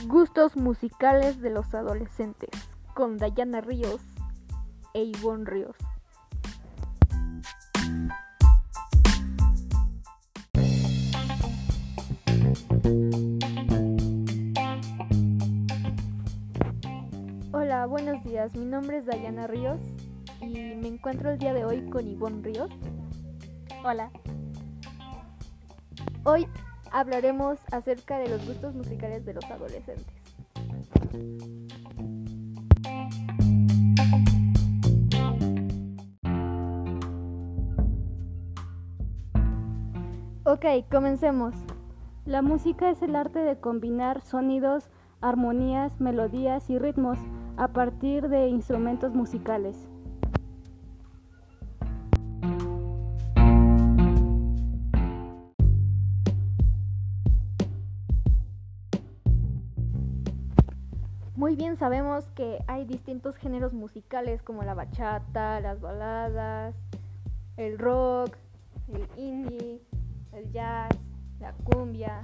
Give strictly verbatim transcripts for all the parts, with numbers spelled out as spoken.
Gustos musicales de los adolescentes, con Dayana Ríos e Ivonne Ríos. Hola, buenos días. Mi nombre es Dayana Ríos y me encuentro el día de hoy con Ivonne Ríos. Hola. Hoy hablaremos acerca de los gustos musicales de los adolescentes. Ok, comencemos. La música es el arte de combinar sonidos, armonías, melodías y ritmos a partir de instrumentos musicales. Muy bien sabemos que hay distintos géneros musicales como la bachata, las baladas, el rock, el indie, el jazz, la cumbia,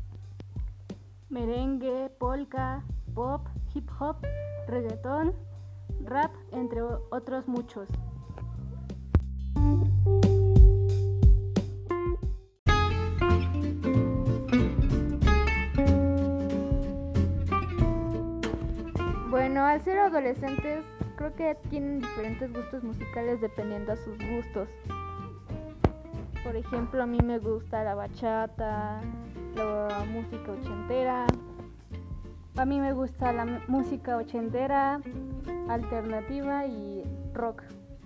merengue, polka, pop, hip hop, reggaetón, rap, entre otros muchos. Bueno, al ser adolescentes creo que tienen diferentes gustos musicales dependiendo a sus gustos. Por ejemplo, a mí me gusta la bachata, la música ochentera. A mí me gusta la m- música ochentera, alternativa y rock.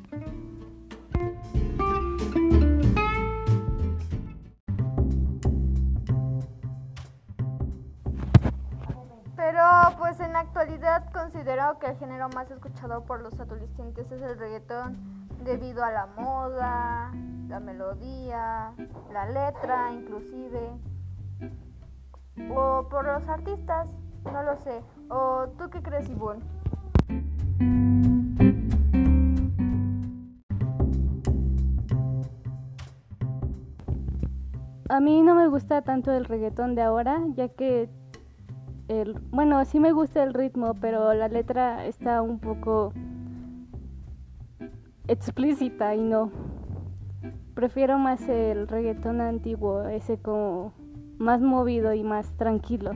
Pero pues en la actualidad considero que el género más escuchado por los adolescentes es el reggaetón, debido a la moda, la melodía, la letra inclusive, o por los artistas, no lo sé. ¿O tú qué crees, Ivonne? A mí no me gusta tanto el reggaetón de ahora, ya que el, bueno, sí me gusta el ritmo, pero la letra está un poco explícita y no. Prefiero más el reggaetón antiguo, ese como más movido y más tranquilo.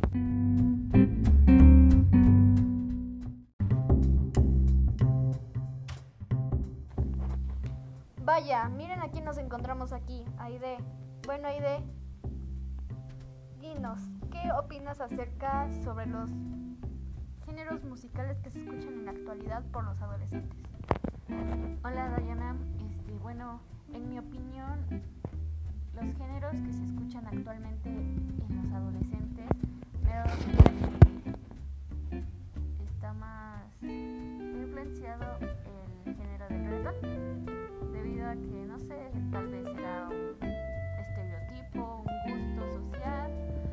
Vaya, miren a quién nos encontramos aquí, Aide. Bueno, Aide, dinos, ¿qué opinas acerca sobre los géneros musicales que se escuchan en la actualidad por los adolescentes? Hola Dayana, este, bueno, en mi opinión, los géneros que se escuchan actualmente en los adolescentes, me he dado cuenta que está más influenciado el género del reggaetón, debido a que, no sé, tal vez será un estereotipo, un gusto social,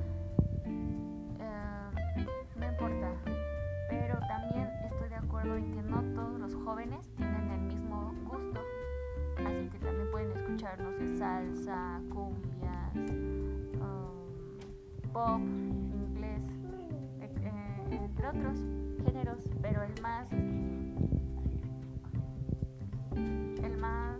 eh, no importa, pero también estoy de acuerdo en que no todos los jóvenes tienen el mismo gusto, así que también pueden escuchar, no sé, salsa, cumbias, um, pop, inglés, eh, entre otros géneros, pero el más, el más,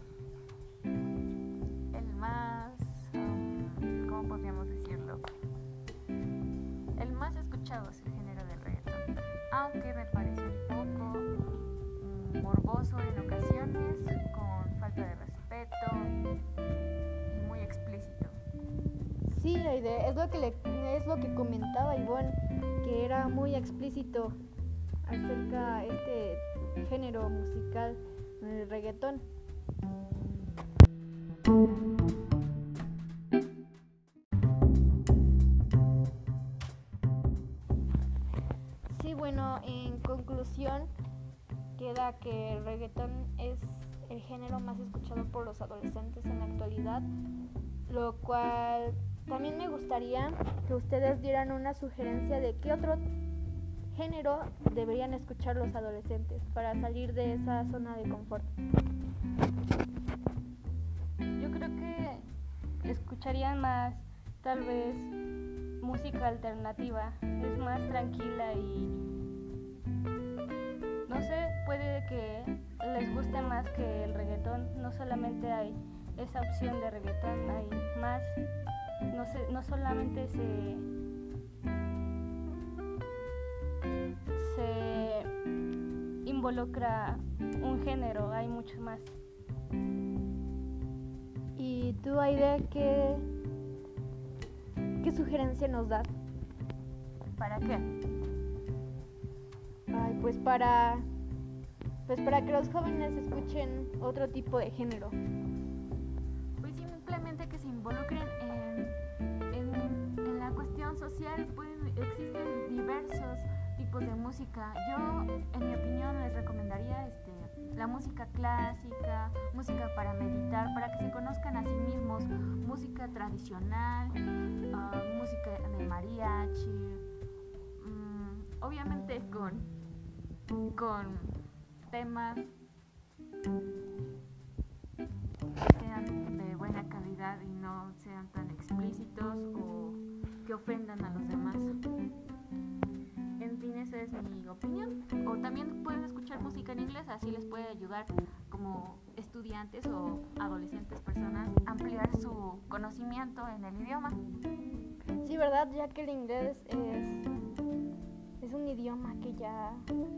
el más, um, ¿cómo podríamos decirlo? El más escuchado es el género del reggaetón, aunque me parece un poco um, morboso en ocasiones, con falta de respeto y muy explícito. Sí, Aide, es lo que le, es lo que comentaba Ivonne, que era muy explícito acerca de este género musical, el reggaetón. Sí, bueno, en conclusión queda que el reggaetón es el género más escuchado por los adolescentes en la actualidad, lo cual también me gustaría que ustedes dieran una sugerencia de qué otro género deberían escuchar los adolescentes para salir de esa zona de confort. Yo creo que escucharían más, tal vez, música alternativa. Es más tranquila y no sé, puede que les guste más que el reggaetón. No solamente hay esa opción de reggaetón, hay más. No sé, no solamente se se involucra un género, hay mucho más. ¿Y tú, Aide, qué, qué sugerencia nos das? ¿Para qué? Ay, pues para pues para que los jóvenes escuchen otro tipo de género. Pues simplemente que se involucren en, en, en la cuestión social. Pueden, existen diversos tipos de música. Yo, en mi opinión, les recomendaría este, la música clásica, música para meditar, para que se conozcan a sí mismos, música tradicional, uh, música de mariachi, um, obviamente con, con temas que sean de buena calidad y no sean tan explícitos o que ofendan a los demás. En fin, esa es mi opinión. O también pueden escuchar música en inglés, así les puede ayudar como estudiantes o adolescentes personas a ampliar su conocimiento en el idioma. Sí, ¿verdad? Ya que el inglés es, es un idioma que ya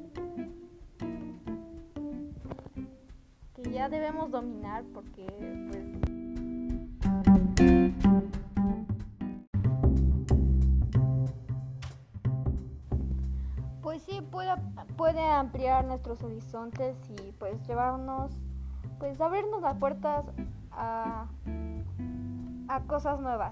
que ya debemos dominar porque pues pues sí puede, puede ampliar nuestros horizontes y pues llevarnos, pues abrirnos las puertas a, a cosas nuevas.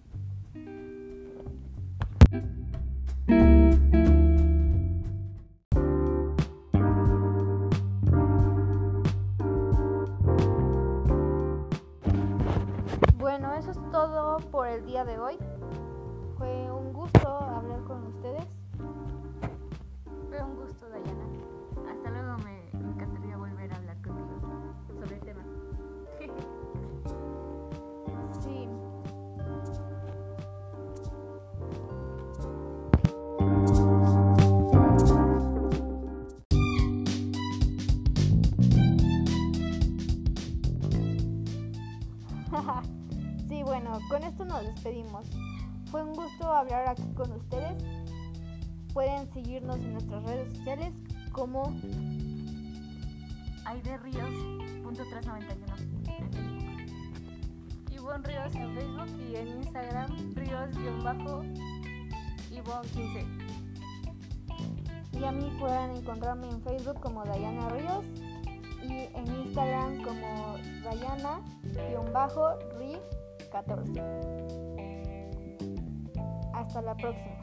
Bueno, eso es todo por el día de hoy. Fue un gusto hablar con ustedes. Fue un gusto, Dayana. Hasta luego, me encantaría volver a hablar contigo sobre el tema. Sí. Sí, bueno, con esto nos despedimos. Fue un gusto hablar aquí con ustedes. Pueden seguirnos en nuestras redes sociales como Aide Ríos punto trescientos noventa y uno en Facebook. Ivonne Ríos en Facebook y en Instagram Ríos-Ivonne quince. y a mí pueden encontrarme en Facebook como Dayana Ríos y en Instagram como Dayana-Ri catorce. Hasta la próxima.